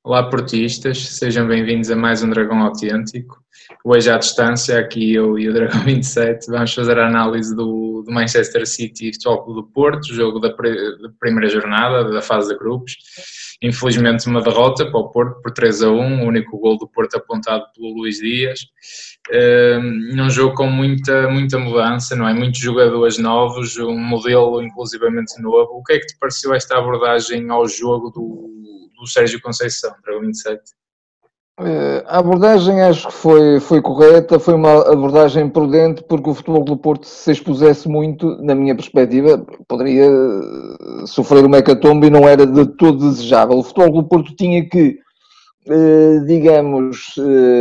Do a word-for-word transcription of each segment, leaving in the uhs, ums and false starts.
Olá portistas, sejam bem-vindos a mais um Dragão Autêntico. Hoje à distância, aqui eu e o Dragão vinte e sete, vamos fazer a análise do, do Manchester City e Futebol Clube do Porto, jogo da, pre, da primeira jornada, da fase de grupos. Infelizmente uma derrota para o Porto por três a um, o único gol do Porto apontado pelo Luís Dias. Um, num jogo com muita, muita mudança, não é? Muitos jogadores novos, um modelo inclusivamente novo. O que é que te pareceu esta abordagem ao jogo do, do Sérgio Conceição, Dragão vinte e sete? A abordagem acho que foi, foi correta, foi uma abordagem prudente, porque o Futebol do Porto, se expusesse muito, na minha perspectiva, poderia sofrer uma hecatombe e não era de todo desejável. O Futebol do Porto tinha que, digamos,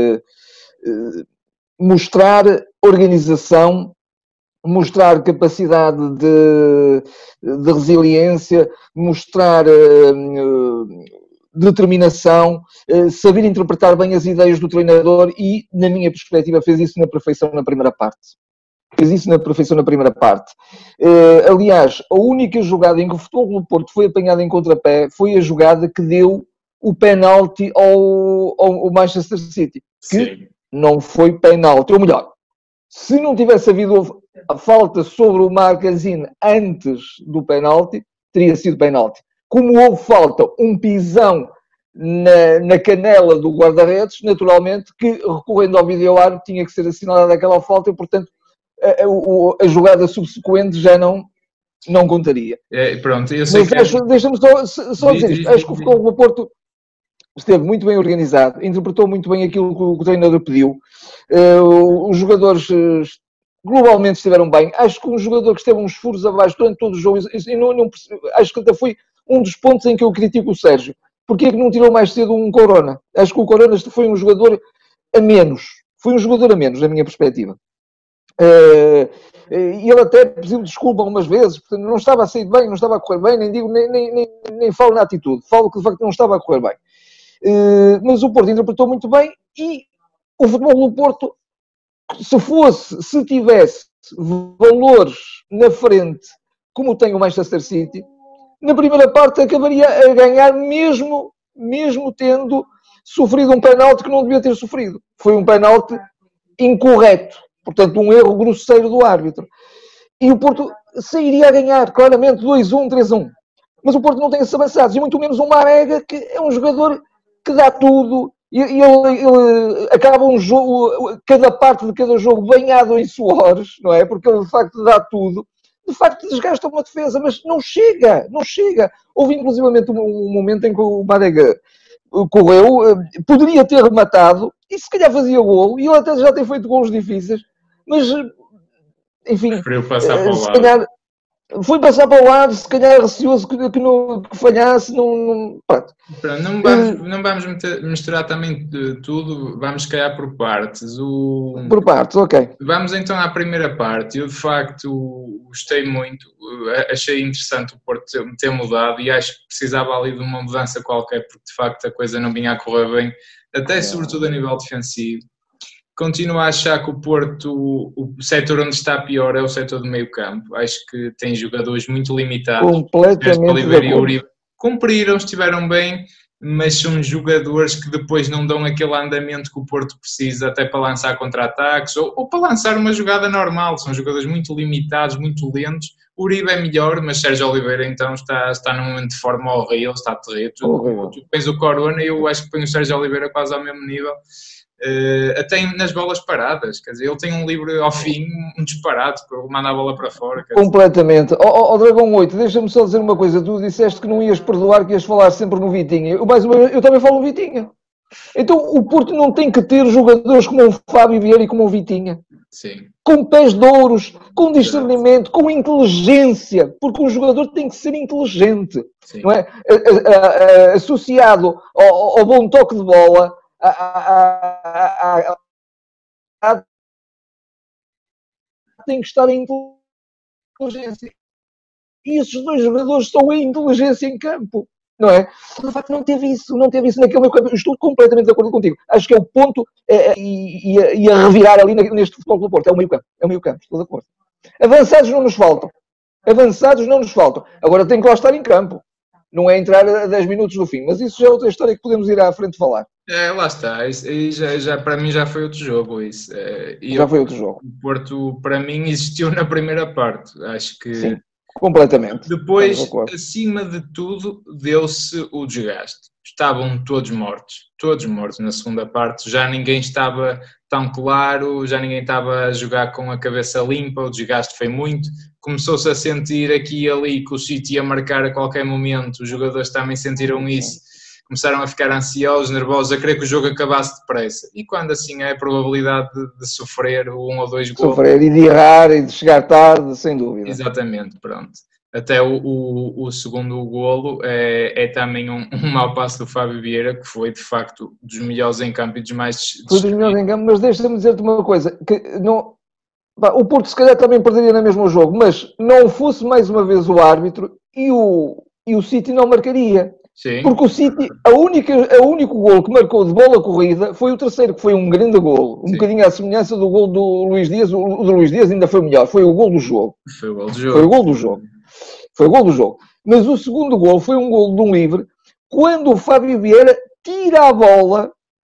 mostrar organização, mostrar capacidade de, de resiliência, mostrar determinação, saber interpretar bem as ideias do treinador e, na minha perspectiva, fez isso na perfeição na primeira parte. Fez isso na perfeição na primeira parte. Aliás, a única jogada em que o Futebol do Porto foi apanhado em contrapé foi a jogada que deu o penalti ao, ao Manchester City. Que Sim. não foi penalti. Ou melhor, se não tivesse havido a falta sobre o Marquezine antes do penalti, teria sido penalti. Como houve falta, um pisão na, na canela do guarda-redes, naturalmente que, recorrendo ao vídeo-árbitro, tinha que ser assinalada aquela falta e, portanto, a, a, a jogada subsequente já não, não contaria. É, pronto, eu sei Mas que... acho, deixa-me só, só dizer isto. Acho que o Futebol do Porto esteve muito bem organizado, interpretou muito bem aquilo que o, que o treinador pediu. Uh, os jogadores... Uh, globalmente estiveram bem. Acho que um jogador que esteve uns furos abaixo durante todo o jogo, e não, não, acho que até foi um dos pontos em que eu critico o Sérgio. Porquê é que não tirou mais cedo um Corona? Acho que o Corona foi um jogador a menos. Foi um jogador a menos, na minha perspectiva. Uh, e ele até pediu desculpa algumas vezes, porque não estava a sair bem, não estava a correr bem, nem digo, nem, nem, nem, nem falo na atitude. Falo que de facto não estava a correr bem. Uh, mas o Porto interpretou muito bem e o Futebol do Porto, se fosse, se tivesse valores na frente, como tem o Manchester City, na primeira parte acabaria a ganhar mesmo, mesmo tendo sofrido um penalti que não devia ter sofrido. Foi um penalti incorreto, portanto um erro grosseiro do árbitro. E o Porto sairia a ganhar, claramente, dois a um, três a um. Mas o Porto não tem esses avançados, e muito menos um Marega, que é um jogador que dá tudo. E ele, ele acaba um jogo, cada parte de cada jogo banhado em suores, não é? Porque ele de facto dá tudo. De facto desgasta uma defesa, mas não chega, não chega. Houve inclusivamente um, um momento em que o Marega correu, poderia ter rematado, e se calhar fazia gol, e ele até já tem feito golos difíceis, mas, enfim, preferiu passar para o se lado. calhar... Foi passar para o lado, se calhar receoso que, que, não, que falhasse, não... Não, pronto. Não vamos, não vamos misturar também tudo, vamos se calhar por partes. O... Por partes, ok. Vamos então à primeira parte. Eu de facto gostei muito, achei interessante o Porto ter mudado e acho que precisava ali de uma mudança qualquer, porque de facto a coisa não vinha a correr bem, até sobretudo a nível defensivo. Continuo a achar que o Porto, o setor onde está pior é o setor do meio campo. Acho que tem jogadores muito limitados. Completamente Oliveira e Uribe cumpriram, estiveram bem, mas são jogadores que depois não dão aquele andamento que o Porto precisa até para lançar contra-ataques ou, ou para lançar uma jogada normal. São jogadores muito limitados, muito lentos. O Uribe é melhor, mas Sérgio Oliveira então está, está num momento de forma horrível, está terrível. Tu, tu pões o Corona e eu acho que põe o Sérgio Oliveira quase ao mesmo nível. Uh, até nas bolas paradas, quer dizer, ele tem um livre ao fim, um disparate, que manda a bola para fora. Completamente. Ó oh, oh, Dragão oito, deixa-me só dizer uma coisa, tu disseste que não ias perdoar, que ias falar sempre no Vitinha, eu, mais uma vez, eu também falo no Vitinha. Então o Porto não tem que ter jogadores como o Fábio Vieira e como o Vitinha. Sim. Com pés de ouros, com discernimento, com inteligência, porque um jogador tem que ser inteligente, Sim. não é? Associado ao, ao bom toque de bola, A, a, a, a, tem que estar em inteligência. E esses dois jogadores são a inteligência em campo, não é? De facto, não teve isso, não teve isso naquele meio campo. Estou completamente de acordo contigo. Acho que é o ponto é, é, e, e, e a revirar ali neste Futebol do Porto. É o meio campo, é o meio campo, estou de acordo. Avançados não nos faltam. Avançados não nos faltam. Agora tem que lá estar em campo. não é entrar a dez minutos do fim. Mas isso já é outra história que podemos ir à frente falar. É, lá está, isso, já, já, para mim já foi outro jogo isso. E já eu, foi outro jogo. O Porto, para mim, existiu na primeira parte, acho que... Sim, completamente. Depois, acima de tudo, deu-se o desgaste. Estavam todos mortos, todos mortos na segunda parte, já ninguém estava tão claro, já ninguém estava a jogar com a cabeça limpa, o desgaste foi muito, começou-se a sentir aqui e ali que o City ia marcar a qualquer momento, os jogadores também sentiram isso, começaram a ficar ansiosos, nervosos, a querer que o jogo acabasse depressa, e quando assim é a probabilidade de, de sofrer um ou dois gols. Sofrer e de errar e de chegar tarde, sem dúvida. Exatamente, pronto. Até o, o, o segundo golo é, é também um, um mau passo do Fábio Vieira, que foi de facto dos melhores em campo e dos mais... Foi dos melhores em campo, mas deixa-me dizer-te uma coisa, que não, pá, o Porto se calhar também perderia no mesmo jogo, mas não fosse mais uma vez o árbitro e o, e o City não marcaria. Sim. Porque o City, a única, a único golo que marcou de bola corrida foi o terceiro, que foi um grande golo, um Sim. bocadinho à semelhança do golo do Luís Dias. O, o do Luís Dias ainda foi melhor, foi o golo do jogo. Foi o golo do jogo. Foi o golo do jogo. Foi o gol do jogo. Mas o segundo gol foi um gol de um livre, quando o Fábio Vieira tira a bola,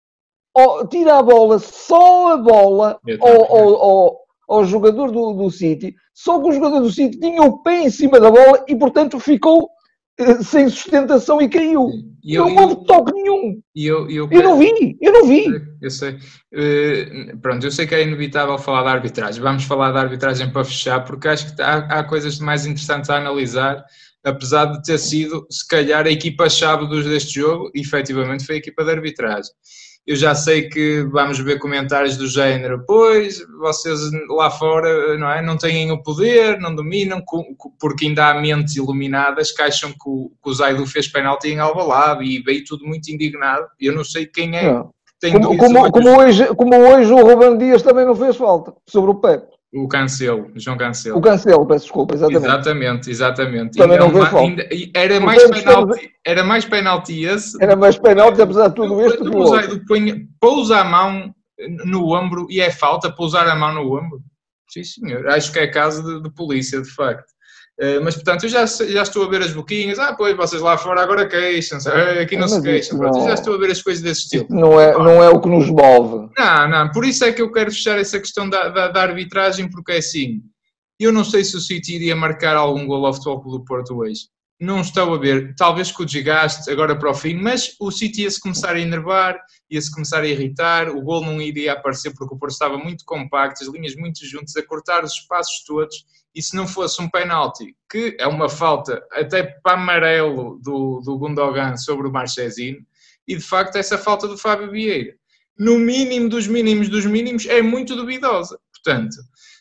ó, tira a bola, só a bola ao, ao, ao, ao jogador do, do City, só que o jogador do City tinha o pé em cima da bola e, portanto, ficou eh, sem sustentação e caiu. E eu, não houve toque nenhum. E eu, eu, eu não vi, eu não vi. Eu sei. Uh, pronto, eu sei que é inevitável falar da arbitragem. Vamos falar da arbitragem para fechar, porque acho que há, há coisas mais interessantes a analisar, apesar de ter sido, se calhar, a equipa-chave deste jogo, e efetivamente foi a equipa de arbitragem. Eu já sei que vamos ver comentários do género, pois, vocês lá fora não, é, não têm o poder, não dominam, porque ainda há mentes iluminadas que acham que o, que o Zaidu fez penalti em Alvalade e veio tudo muito indignado. Eu não sei quem é. Não. Tem como, como, como, hoje, como hoje o Ruben Dias também não fez falta sobre o Pepe. O Cancelo, João Cancelo. O Cancelo, peço desculpa, exatamente. Exatamente, exatamente. Também ainda não fez falta. Ainda, era, mais penalti, era mais penalti esse. Era mais penalti, apesar de tudo isto. O Zaidu pousa a mão no ombro e é falta pousar a mão no ombro. Sim, senhor. Acho que é caso de, de polícia, de facto. Uh, mas, portanto, eu já, já estou a ver as boquinhas. Ah, pois, vocês lá fora agora queixam-se. Aqui não mas se queixam. Não, eu já estou a ver as coisas desse estilo. Não é, não é o que nos move. Não, não. Por isso é que eu quero fechar essa questão da, da, da arbitragem, porque é assim. Eu não sei se o City iria marcar algum gol ao Futebol Clube do Porto hoje. Não estou a ver. Talvez com o desgaste agora para o fim, mas o City ia-se começar a enervar, ia-se começar a irritar, o gol não iria aparecer porque o Porto estava muito compacto, as linhas muito juntas, a cortar os espaços todos. E se não fosse um penalti, que é uma falta até para amarelo do, do Gundogan sobre o Marchesino, e de facto essa falta do Fábio Vieira, no mínimo dos mínimos dos mínimos, é muito duvidosa. Portanto,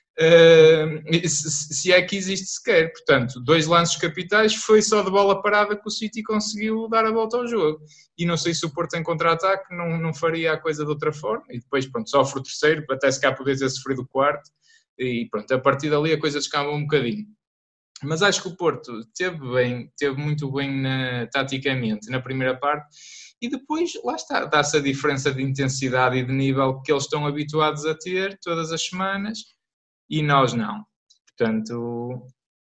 uh, se, se é que existe sequer. Portanto, dois lances capitais, foi só de bola parada que o City conseguiu dar a volta ao jogo. E não sei se o Porto em contra-ataque não, não faria a coisa de outra forma. E depois, pronto, sofre o terceiro, até se cá poder ter sofrido o quarto. E pronto, a partir dali a coisa descamba um bocadinho. Mas acho que o Porto teve bem, teve muito bem na, taticamente na primeira parte e depois, lá está, dá-se a diferença de intensidade e de nível que eles estão habituados a ter todas as semanas e nós não. Portanto,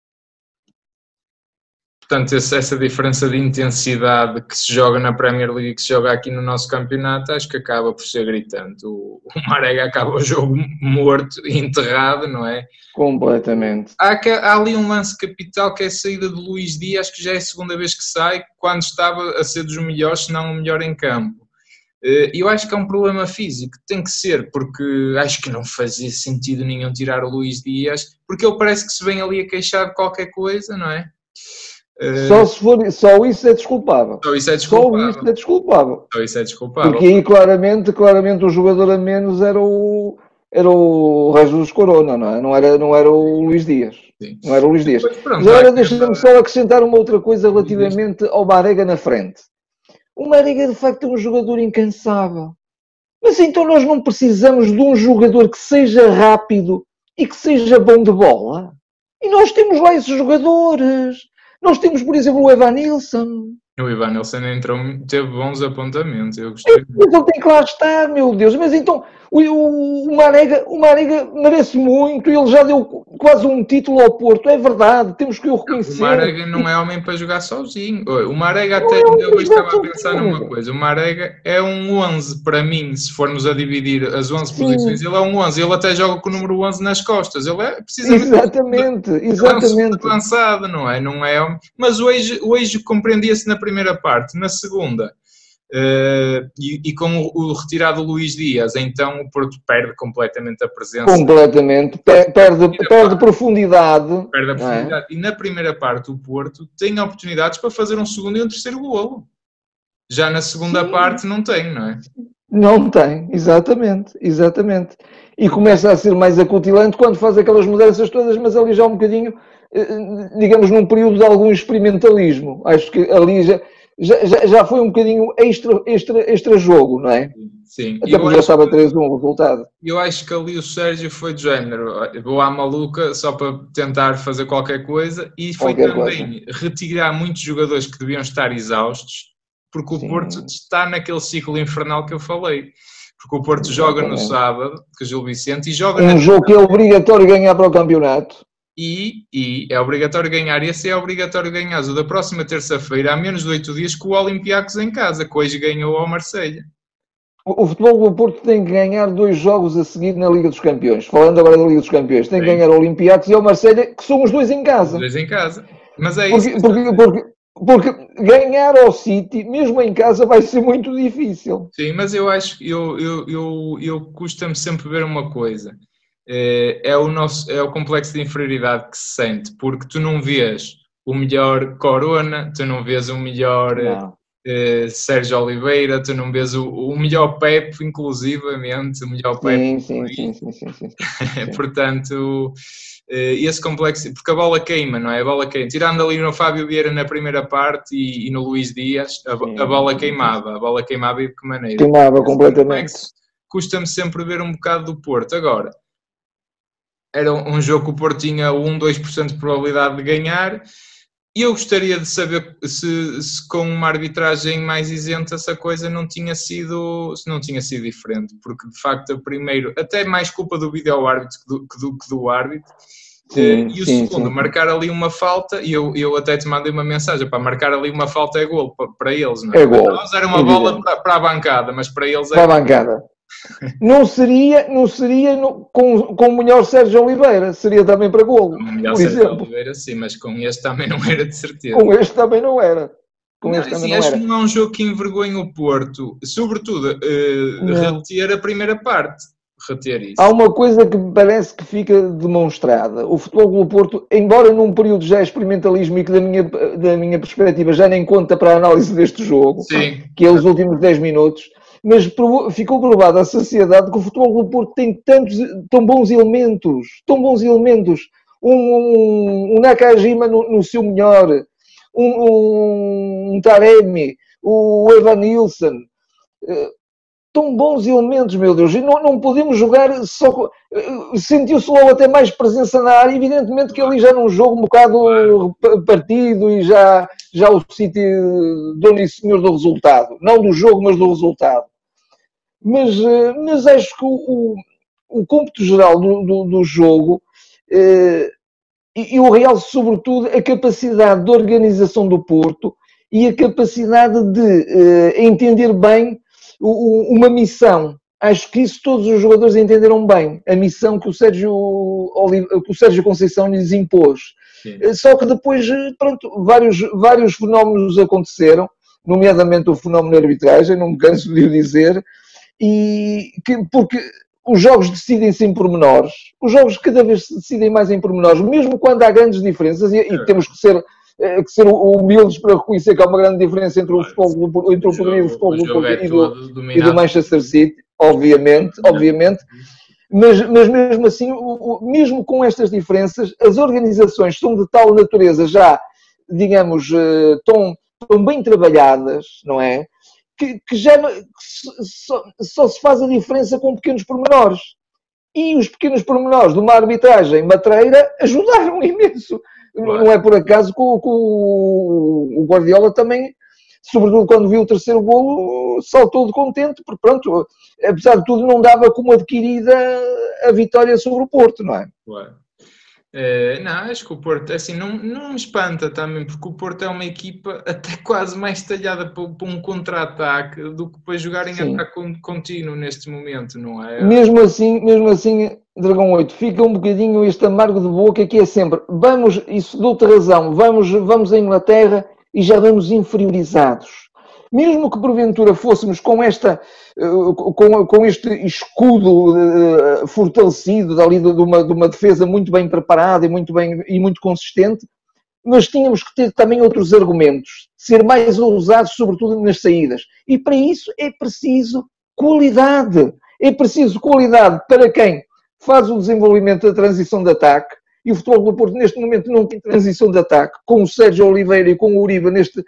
portanto essa diferença de intensidade que se joga na Premier League e que se joga aqui no nosso campeonato, acho que acaba por ser gritante. O, o Marega acaba o jogo morto e enterrado, não é? Completamente. Há, há ali um lance capital que é a saída de Luís Dias, que já é a segunda vez que sai, quando estava a ser dos melhores, se não o melhor em campo. Eu acho que é um problema físico, tem que ser, porque acho que não fazia sentido nenhum tirar o Luís Dias, porque ele parece que se vem ali a queixar de qualquer coisa, não é? Só, se for, só isso é desculpável. Só isso é desculpável. Só isso é desculpável. Só isso é desculpável. Porque aí claramente, claramente o jogador a menos era o, era o Jesus Corona, não é? Não era, não era o Luís Dias. Sim. Não era o Luís Dias. Depois, pronto, mas agora deixa-me só acrescentar uma outra coisa relativamente ao Marega na frente. O Marega de facto é um jogador incansável. Mas então nós não precisamos de um jogador que seja rápido e que seja bom de bola? E nós temos lá esses jogadores. Nós temos, por exemplo, o Evanilson. O Ivan Nilsson entrou, teve bons apontamentos, eu gostei. Mas ele tem que lá estar, meu Deus. Mas então, o, o, o, Marega, o Marega merece muito, ele já deu quase um título ao Porto, é verdade, temos que o reconhecer. O Marega não é homem para jogar sozinho. O Marega até, eu hoje estava a pensar numa coisa, o Marega é um onze para mim, se formos a dividir as onze Sim. posições, ele é um onze, ele até joga com o número onze nas costas, ele é precisamente... Exatamente, exatamente. É um avançado, não é? Não é homem. Mas hoje, hoje compreendia-se na primeira parte, na segunda... Uh, e, e com o, o retirado Luís Dias, então o Porto perde completamente a presença. Completamente, perde, perde, perde profundidade. Perde a profundidade. É? E na primeira parte o Porto tem oportunidades para fazer um segundo e um terceiro golo. Já na segunda Sim. parte não tem, não é? Não tem, exatamente, exatamente. E começa a ser mais acutilante quando faz aquelas mudanças todas, mas ali já um bocadinho, digamos, num período de algum experimentalismo. Acho que ali já... Já, já, já foi um bocadinho extra, extra, extra jogo, não é? Sim. Até porque já estava três a um o resultado. Eu acho que ali o Sérgio foi de género, vou à maluca só para tentar fazer qualquer coisa e foi qualquer também coisa. Retirar muitos jogadores que deviam estar exaustos, porque o Sim. Porto está naquele ciclo infernal que eu falei. Porque o Porto Exatamente. Joga no sábado, com o Gil Vicente, e joga... Um jogo que é obrigatório ganhar para o campeonato. E, e é obrigatório ganhar, esse é obrigatório ganhar o da próxima terça-feira, há menos de oito dias, com o Olympiacos em casa, que hoje ganhou ao Marselha. O, o futebol do Porto tem que ganhar dois jogos a seguir na Liga dos Campeões. Falando agora da Liga dos Campeões, tem Sim. que ganhar o Olympiacos e o Marselha, que são os dois em casa. Os dois em casa. Mas é porque, isso. Porque, porque, porque ganhar ao City, mesmo em casa, vai ser muito difícil. Sim, mas eu acho que eu, eu, eu, eu custa-me sempre ver uma coisa. É o, nosso, é o complexo de inferioridade que se sente, porque tu não vês o melhor Corona, tu não vês o melhor uh, Sérgio Oliveira, tu não vês o, o melhor Pepe, inclusivamente, o melhor Pepe. Sim, sim, sim, sim, sim, sim. Portanto, uh, esse complexo, porque a bola queima, não é? A bola queima. Tirando ali no Fábio Vieira na primeira parte e, e no Luís Dias, a, sim, a bola queimava, a bola queimava e de que maneira? Queimava esse completamente. Custa-me sempre ver um bocado do Porto. Agora, era um jogo que o Porto tinha um, dois por cento de probabilidade de ganhar e eu gostaria de saber se, se com uma arbitragem mais isenta essa coisa não tinha sido, se não tinha sido diferente, porque de facto o primeiro, até mais culpa do vídeo-árbitro que do, que do, que do árbitro, sim, e o sim, segundo, sim. marcar ali uma falta, e eu, eu até te mandei uma mensagem, para marcar ali uma falta é golo para, para eles, não é? É golo. Para nós era uma bola para, para a bancada, mas para eles é para a bancada. Não seria, não seria no, com, com o melhor Sérgio Oliveira, seria também para golo. Com o melhor Sérgio exemplo. Oliveira, sim, mas com este também não era de certeza. Com este também não era. Com não, este assim, também acho não que não é um jogo que envergonha o Porto, sobretudo uh, reter a primeira parte. Reter isso. Há uma coisa que me parece que fica demonstrada. O Futebol do Porto, embora num período já experimentalismo e que da minha, da minha perspectiva já nem conta para a análise deste jogo, sim. que é os últimos dez minutos, mas ficou provado à sociedade que o Futebol do Porto tem tantos, tão bons elementos, tão bons elementos. Um, um, um Nakajima no, no seu melhor, um, um, um Taremi, o Evan Nilsson, uh, tão bons elementos, meu Deus, e não, não podemos jogar só... Uh, sentiu-se logo até mais presença na área, evidentemente que ali já num jogo um bocado partido e já, já o City deu-lhe o senhor do resultado, não do jogo, mas do resultado. Mas, mas acho que o, o, o cômputo geral do, do, do jogo, eh, e eu realço sobretudo a capacidade de organização do Porto e a capacidade de eh, entender bem o, o, uma missão. Acho que isso todos os jogadores entenderam bem, a missão que o Sérgio, que o Sérgio Conceição lhes impôs. Sim. Só que depois, pronto, vários, vários fenómenos aconteceram, nomeadamente o fenómeno de arbitragem, não me canso de o dizer, e que, porque os jogos decidem-se em pormenores, os jogos cada vez se decidem mais em pormenores, mesmo quando há grandes diferenças, e, e temos que ser, que ser humildes para reconhecer que há uma grande diferença entre o futebol, entre o poderio do futebol do Porto e do, e do Manchester City, obviamente, obviamente, mas, mas mesmo assim, o, o, mesmo com estas diferenças, as organizações são de tal natureza já, digamos, uh, tão, tão bem trabalhadas, não é? Que, que já que só, só se faz a diferença com pequenos pormenores. E os pequenos pormenores de uma arbitragem matreira ajudaram imenso. Claro. Não é por acaso que o, que o Guardiola também sobretudo quando viu o terceiro golo, saltou de contente, porque pronto, apesar de tudo não dava como adquirida a vitória sobre o Porto, não é? Ué. Uh, não, acho que o Porto, assim, não, não me espanta também, porque o Porto é uma equipa até quase mais talhada para, para um contra-ataque do que para jogar em Sim. ataque contínuo neste momento, não é? Mesmo assim, mesmo assim, Dragão oito, fica um bocadinho este amargo de boca que é sempre, vamos, isso dou-te razão, vamos, vamos à Inglaterra e já vamos inferiorizados. Mesmo que porventura fôssemos com, esta, com, com este escudo fortalecido dali de uma, de uma defesa muito bem preparada e muito, bem, e muito consistente, mas tínhamos que ter também outros argumentos, ser mais ousados, sobretudo nas saídas. E para isso é preciso qualidade. É preciso qualidade para quem faz o desenvolvimento da transição de ataque, e o Futebol do Porto neste momento não tem transição de ataque, com o Sérgio Oliveira e com o Uribe neste...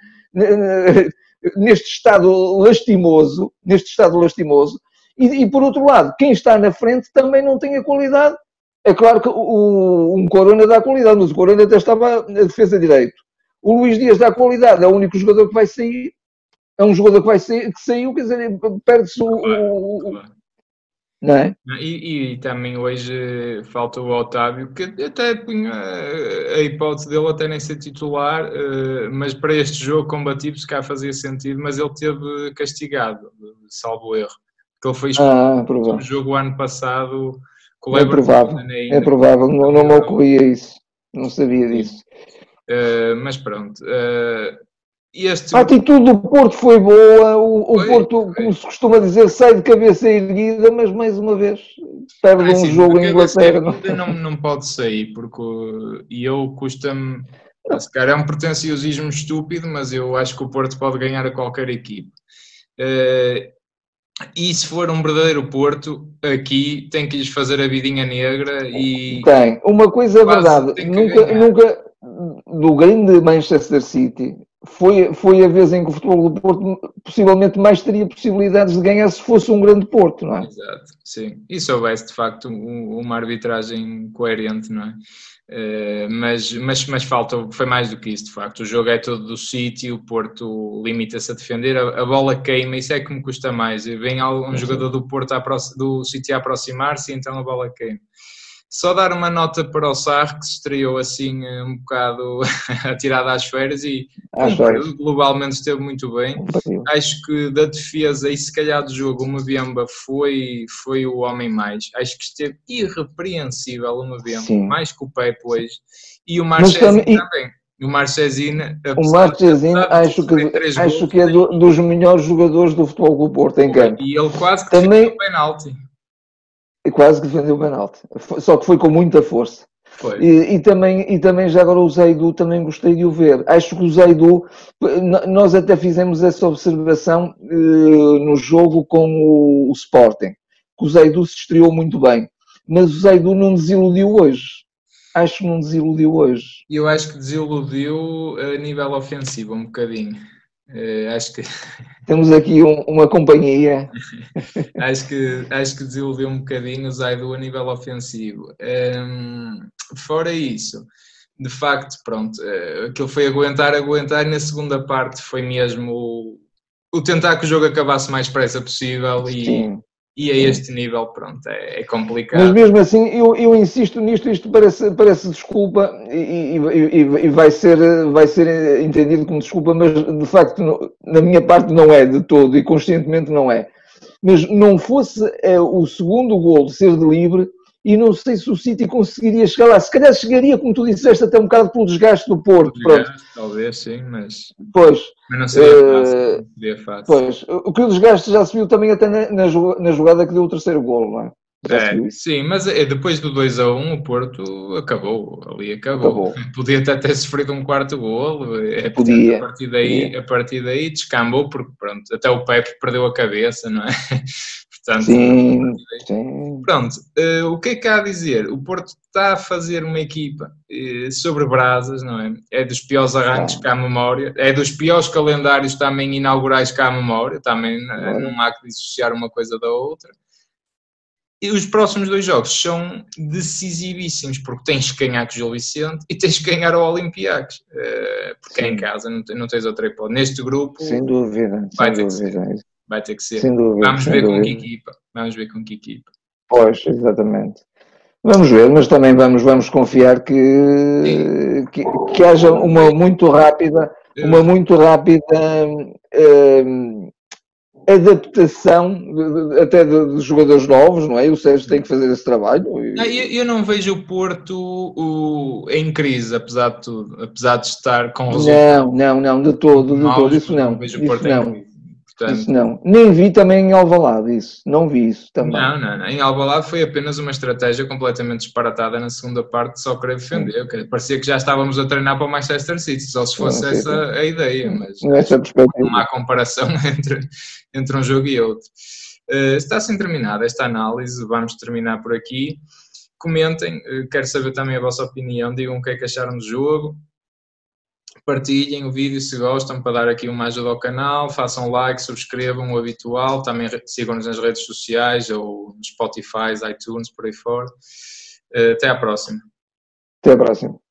neste estado lastimoso, neste estado lastimoso, e, e por outro lado, quem está na frente também não tem a qualidade. É claro que o, um Corona dá qualidade, mas o Corona até estava na defesa direito. O Luís Dias dá qualidade, é o único jogador que vai sair, é um jogador que vai sair, que saiu, quer dizer, perde-se o... o, o não é? E, e também hoje falta o Otávio, que até punha a hipótese dele até nem ser titular, mas para este jogo combativo se cá fazia sentido, mas ele teve castigado, salvo erro, porque ele foi expulso no jogo ano passado com o É provável, é provável, não, não me ocorria isso, não sabia disso. Uh, mas pronto... Uh, Este... A atitude do Porto foi boa, o, o foi, Porto, foi. como se costuma dizer, sai de cabeça erguida, mas mais uma vez perde ah, um sim, jogo em Inglaterra. Não, não, não pode sair, porque e eu custa-me, se calhar é um pretenciosismo estúpido, mas eu acho que o Porto pode ganhar a qualquer equipe. Uh, e se for um verdadeiro Porto, aqui tem que lhes fazer a vidinha negra e... Tem, uma coisa é verdade, nunca, nunca do grande Manchester City... Foi, foi a vez em que o Futebol do Porto possivelmente mais teria possibilidades de ganhar se fosse um grande Porto, não é? Exato, sim. E se houvesse, de facto, um, uma arbitragem coerente, não é? Uh, mas, mas, mas falta, foi mais do que isso, de facto. O jogo é todo do City, o Porto limita-se a defender, a, a bola queima, isso é que me custa mais. Vem um jogador do Porto, a, do City a aproximar-se e então a bola queima. Só dar uma nota para o Sarr, que se estreou assim um bocado atirado às férias e cumpriu, globalmente esteve muito bem. Acho que da defesa e se calhar do jogo o Mbemba foi, foi o homem mais. Acho que esteve irrepreensível o Mbemba, Sim. mais que o Pepe hoje. E o Marchesino também. também. O Marchesino, o Marchesino acho que, acho gols, que é do, dos melhores jogadores do Futebol do Porto em campo. E ele quase que também... fez o penalti. E quase que defendeu o penalti, só que foi com muita força. E, e, também, e também já agora o Zaidu também gostei de o ver. Acho que o Zaidu, nós até fizemos essa observação eh, no jogo com o, o Sporting, que o Zaidu se estreou muito bem, mas o Zaidu não desiludiu hoje. Acho que não desiludiu hoje. Eu acho que desiludiu a nível ofensivo um bocadinho. Uh, acho que temos aqui um, uma companhia. acho que acho que desiludiu um bocadinho o Zaidu a nível ofensivo. Um, fora isso, de facto, pronto, uh, aquilo foi aguentar, aguentar e na segunda parte foi mesmo o, o tentar que o jogo acabasse o mais depressa possível e, Sim. e a este nível, pronto, é, é complicado. Mas mesmo assim, eu, eu insisto nisto, isto parece, parece desculpa e, e, e, e vai, ser, vai ser entendido como desculpa, mas de facto, na minha parte não é de todo e conscientemente não é. Mas não fosse é, o segundo golo ser de livre e não sei se o City conseguiria chegar lá. Se calhar chegaria, como tu disseste, até um bocado pelo desgaste do Porto. Pronto. Talvez, sim, mas... Pois. Mas não seria fácil. Não seria fácil. Pois. O que o desgaste já se viu também até na, na jogada que deu o terceiro golo, não é? É, sim, mas depois do dois a um o Porto acabou, ali acabou. acabou. Podia até ter sofrido um quarto golo, é, Podia. A partir daí, Podia. a partir daí descambou, porque pronto, até o Pepe perdeu a cabeça, não é? Portanto, sim, sim. Pronto, uh, o que é que há a dizer? O Porto está a fazer uma equipa uh, sobre brasas, não é? É dos piores arranques ah. cá à memória, é dos piores calendários também inaugurais cá à memória, também ah. não há que dissociar uma coisa da outra. E os próximos dois jogos são decisivíssimos, porque tens que ganhar com o Gil Vicente e tens que ganhar ao Olympiacos, porque é em casa, não tens outra hipótese. Neste grupo, sem dúvida, vai, sem ter dúvida. Que ser, vai ter que ser. Sem dúvida, vamos sem ver dúvida. com que equipa. Vamos ver com que equipa. Pois, exatamente. Vamos ver, mas também vamos, vamos confiar que, que, que haja uma muito rápida, uma muito rápida hum, adaptação até de, de jogadores novos, não é? O Sérgio tem que fazer esse trabalho. Não, eu, eu não vejo o Porto o, em crise, apesar de tudo, apesar de estar com resultados. Não, não, não, de todo, de todo, isso não. Não vejo o Porto isso em não. crise. Portanto, isso não. Nem vi também em Alvalade isso. Não vi isso também. Não, não, não. Em Alvalade foi apenas uma estratégia completamente disparatada na segunda parte de só querer defender. Okay? Parecia que já estávamos a treinar para o Manchester City, só se fosse não, essa a ideia, mas nessa perspectiva. Não há comparação entre, entre um jogo e outro. Uh, está assim terminada esta análise, vamos terminar por aqui. Comentem, uh, quero saber também a vossa opinião, digam o que é que acharam do jogo. Partilhem o vídeo se gostam para dar aqui uma ajuda ao canal, façam like, subscrevam o habitual, também sigam-nos nas redes sociais ou no Spotify, iTunes, por aí fora. Até à próxima. Até à próxima.